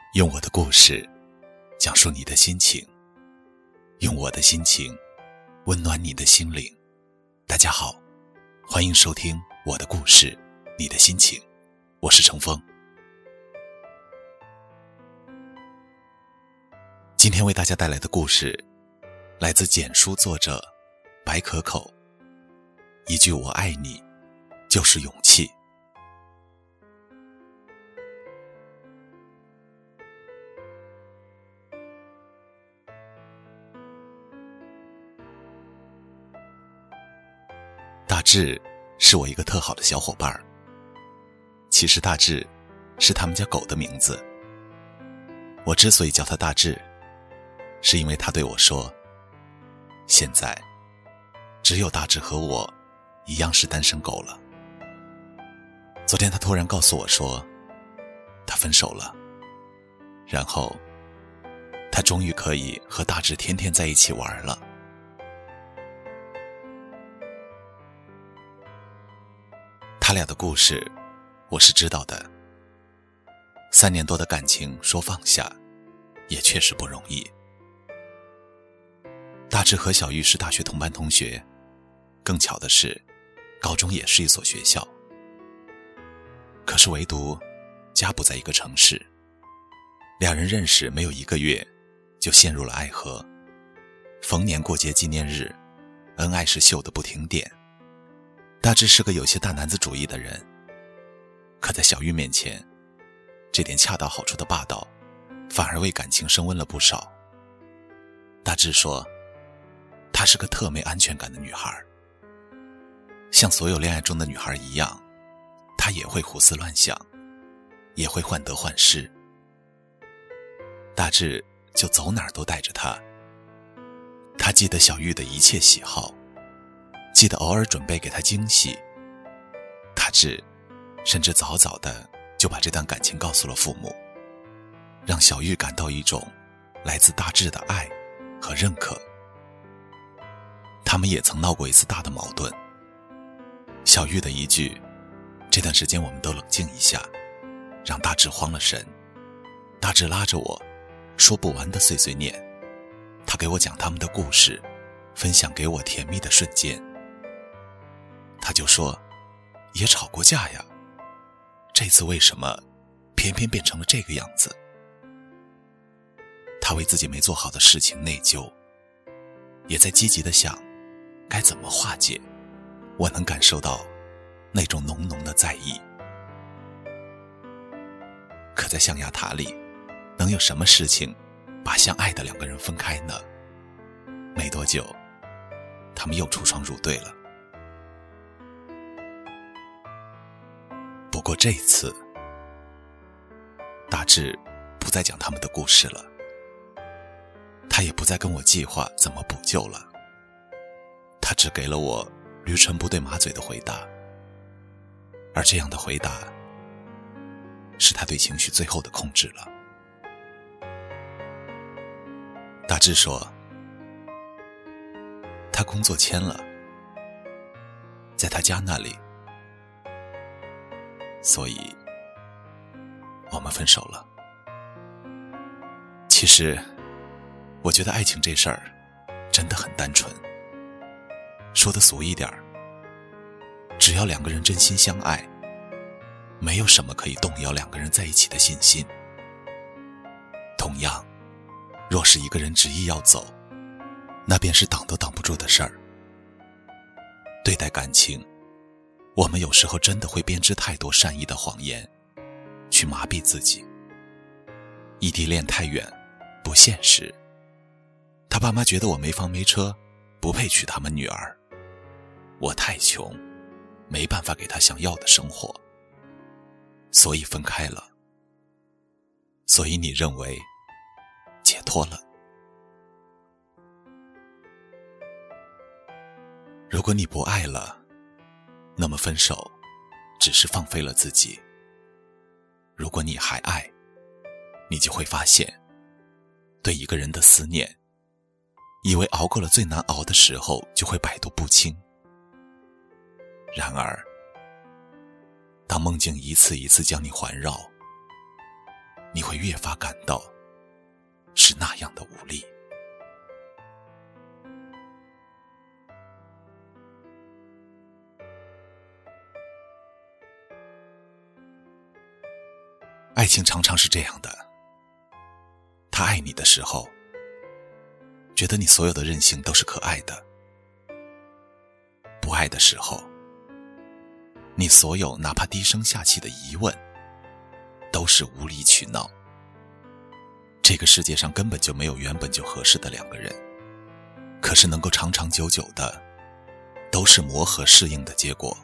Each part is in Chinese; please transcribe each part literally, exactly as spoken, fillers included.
用我的故事讲述你的心情，用我的心情温暖你的心灵。大家好，欢迎收听我的故事，你的心情，我是程峰。今天为大家带来的故事来自简书作者白可口，一句我爱你就是勇气。大志是我一个特好的小伙伴，其实大志是他们家狗的名字。我之所以叫他大志，是因为他对我说，现在只有大志和我一样是单身狗了。昨天他突然告诉我说他分手了，然后他终于可以和大志天天在一起玩了。他俩的故事我是知道的，三年多的感情说放下也确实不容易。大志和小玉是大学同班同学，更巧的是高中也是一所学校，可是唯独家不在一个城市。两人认识没有一个月就陷入了爱河，逢年过节纪念日恩爱是秀得不停点。大志是个有些大男子主义的人，可在小玉面前，这点恰到好处的霸道反而为感情升温了不少。大志说她是个特没安全感的女孩，像所有恋爱中的女孩一样，她也会胡思乱想，也会患得患失。大志就走哪儿都带着她，她记得小玉的一切喜好，记得偶尔准备给她惊喜。大志甚至早早的就把这段感情告诉了父母，让小玉感到一种来自大志的爱和认可。他们也曾闹过一次大的矛盾，小玉的一句这段时间我们都冷静一下，让大志慌了神。大志拉着我说不完的碎碎念，他给我讲他们的故事，分享给我甜蜜的瞬间。他就说也吵过架呀，这次为什么偏偏变成了这个样子？他为自己没做好的事情内疚，也在积极地想该怎么化解。我能感受到那种浓浓的在意。可在象牙塔里，能有什么事情把相爱的两个人分开呢？没多久，他们又出双入对了。不过这次，大志不再讲他们的故事了，他也不再跟我计划怎么补救了，他只给了我驴唇不对马嘴的回答，而这样的回答是他对情绪最后的控制了。大志说他工作签了，在他家那里，所以我们分手了。其实我觉得爱情这事儿真的很单纯，说得俗一点，只要两个人真心相爱，没有什么可以动摇两个人在一起的信心。同样，若是一个人执意要走，那便是挡都挡不住的事儿。对待感情，我们有时候真的会编织太多善意的谎言，去麻痹自己。异地恋太远，不现实。他爸妈觉得我没房没车，不配娶他们女儿。我太穷，没办法给他想要的生活，所以分开了。所以你认为解脱了？如果你不爱了，那么分手只是放飞了自己。如果你还爱，你就会发现，对一个人的思念，以为熬过了最难熬的时候就会百毒不侵。然而，当梦境一次一次将你环绕， 你会越发感到是那样的无力。爱情常常是这样的，他爱你的时候，觉得你所有的任性都是可爱的；不爱的时候，你所有哪怕低声下气的疑问，都是无理取闹。这个世界上根本就没有原本就合适的两个人，可是能够长长久久的，都是磨合适应的结果。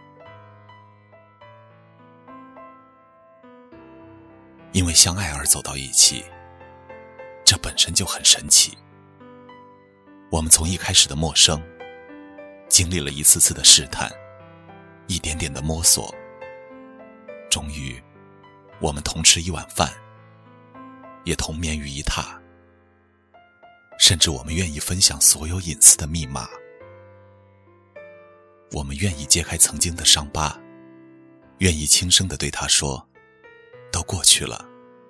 因为相爱而走到一起，这本身就很神奇。我们从一开始的陌生，经历了一次次的试探，一点点的摸索，终于我们同吃一碗饭，也同眠于一榻，甚至我们愿意分享所有隐私的密码，我们愿意揭开曾经的伤疤，愿意轻声地对他说，都过去了。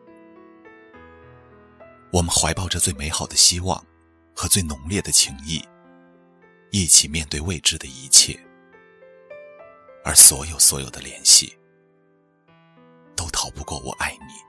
我们怀抱着最美好的希望和最浓烈的情谊，一起面对未知的一切，而所有所有的联系都逃不过我爱你。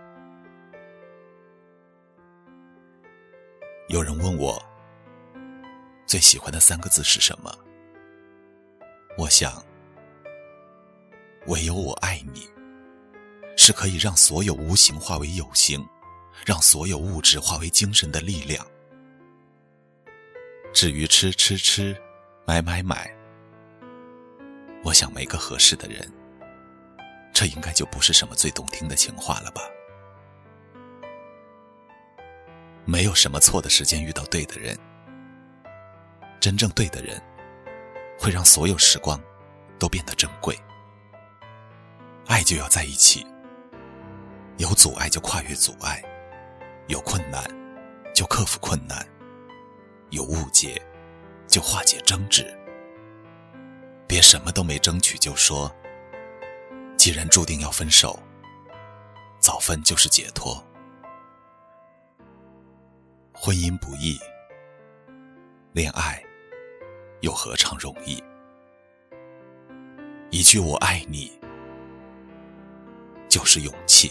有人问我最喜欢的三个字是什么，我想唯有我爱你是可以让所有无形化为有形，让所有物质化为精神的力量。至于吃吃吃，买买买，我想没个合适的人，这应该就不是什么最动听的情话了吧。没有什么错的时间遇到对的人，真正对的人会让所有时光都变得珍贵。爱就要在一起，有阻碍就跨越阻碍，有困难就克服困难，有误解就化解争执。别什么都没争取就说，既然注定要分手，早分就是解脱。婚姻不易，恋爱又何尝容易？一句我爱你就是勇气。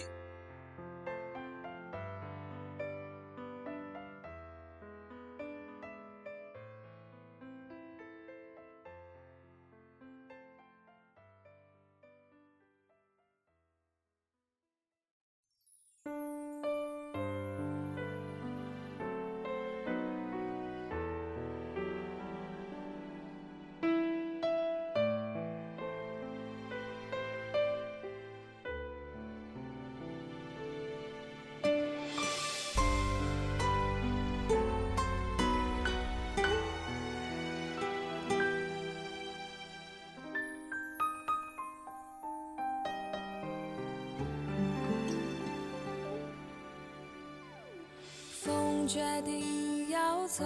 决定要走，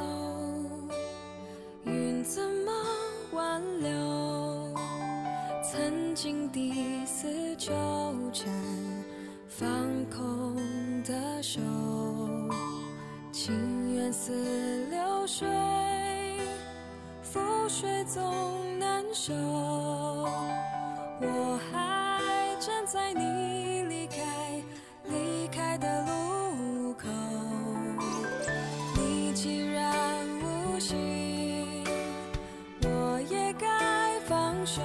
云怎么挽留？曾经第四纠缠，放空的手，情缘似流水，覆水总难收。我还站在你离开离开的路口。既然无心，我也该放手，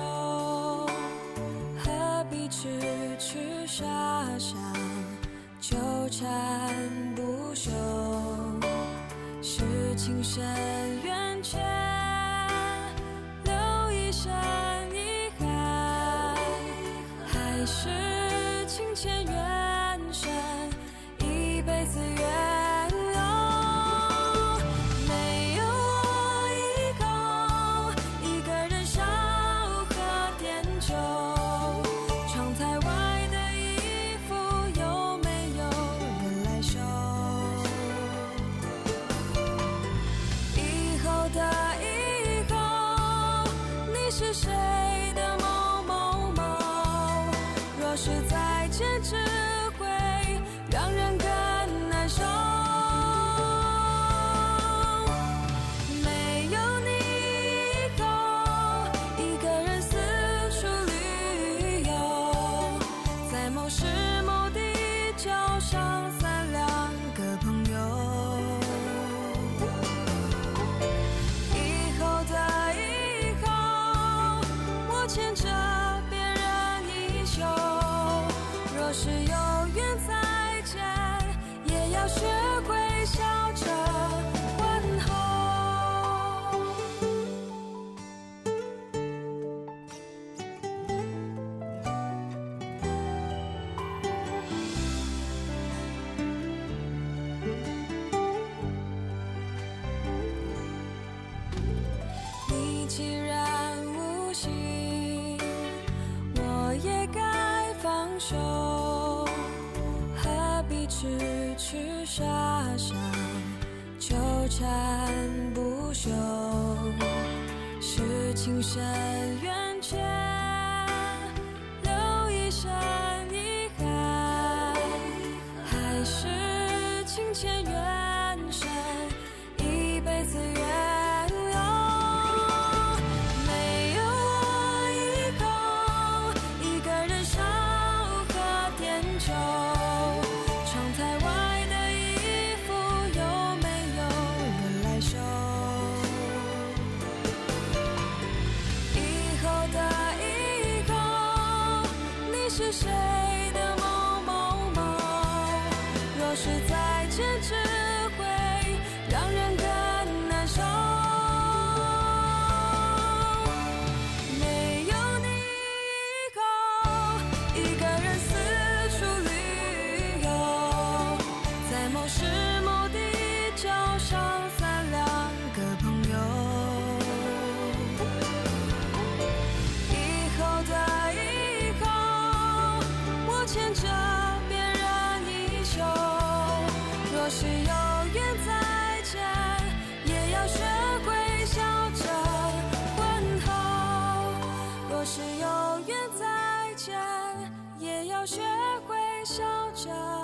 何必痴痴傻傻纠缠不休？是情深缘浅，留一身遗憾，还是情浅缘深，一辈子缘。是谁的某某某？若是再见，只会让人更难受。没有你以后，一个人四处旅游，在某时某地交上三两个朋友。以后的以后，我牵着别人衣袖，若是有缘再见，也要学会笑着问候。你既然无心，我也该放手，何必痴痴傻傻纠缠不休？是情深缘浅，留一身遗憾，还是情牵缘深，一辈子缘由？没有我以后，一个人烧喝点酒，窗台外的衣服有没有人来收？以后的以后，你是谁的某某某？若是再见，只会让人更难受。没有你以后，一个人四处旅游，在某时某地交上三两个朋友。以后的以后，我牵着别人衣袖，若是有缘再见，也要学会笑着问候。若是有缘再见，也要学会笑着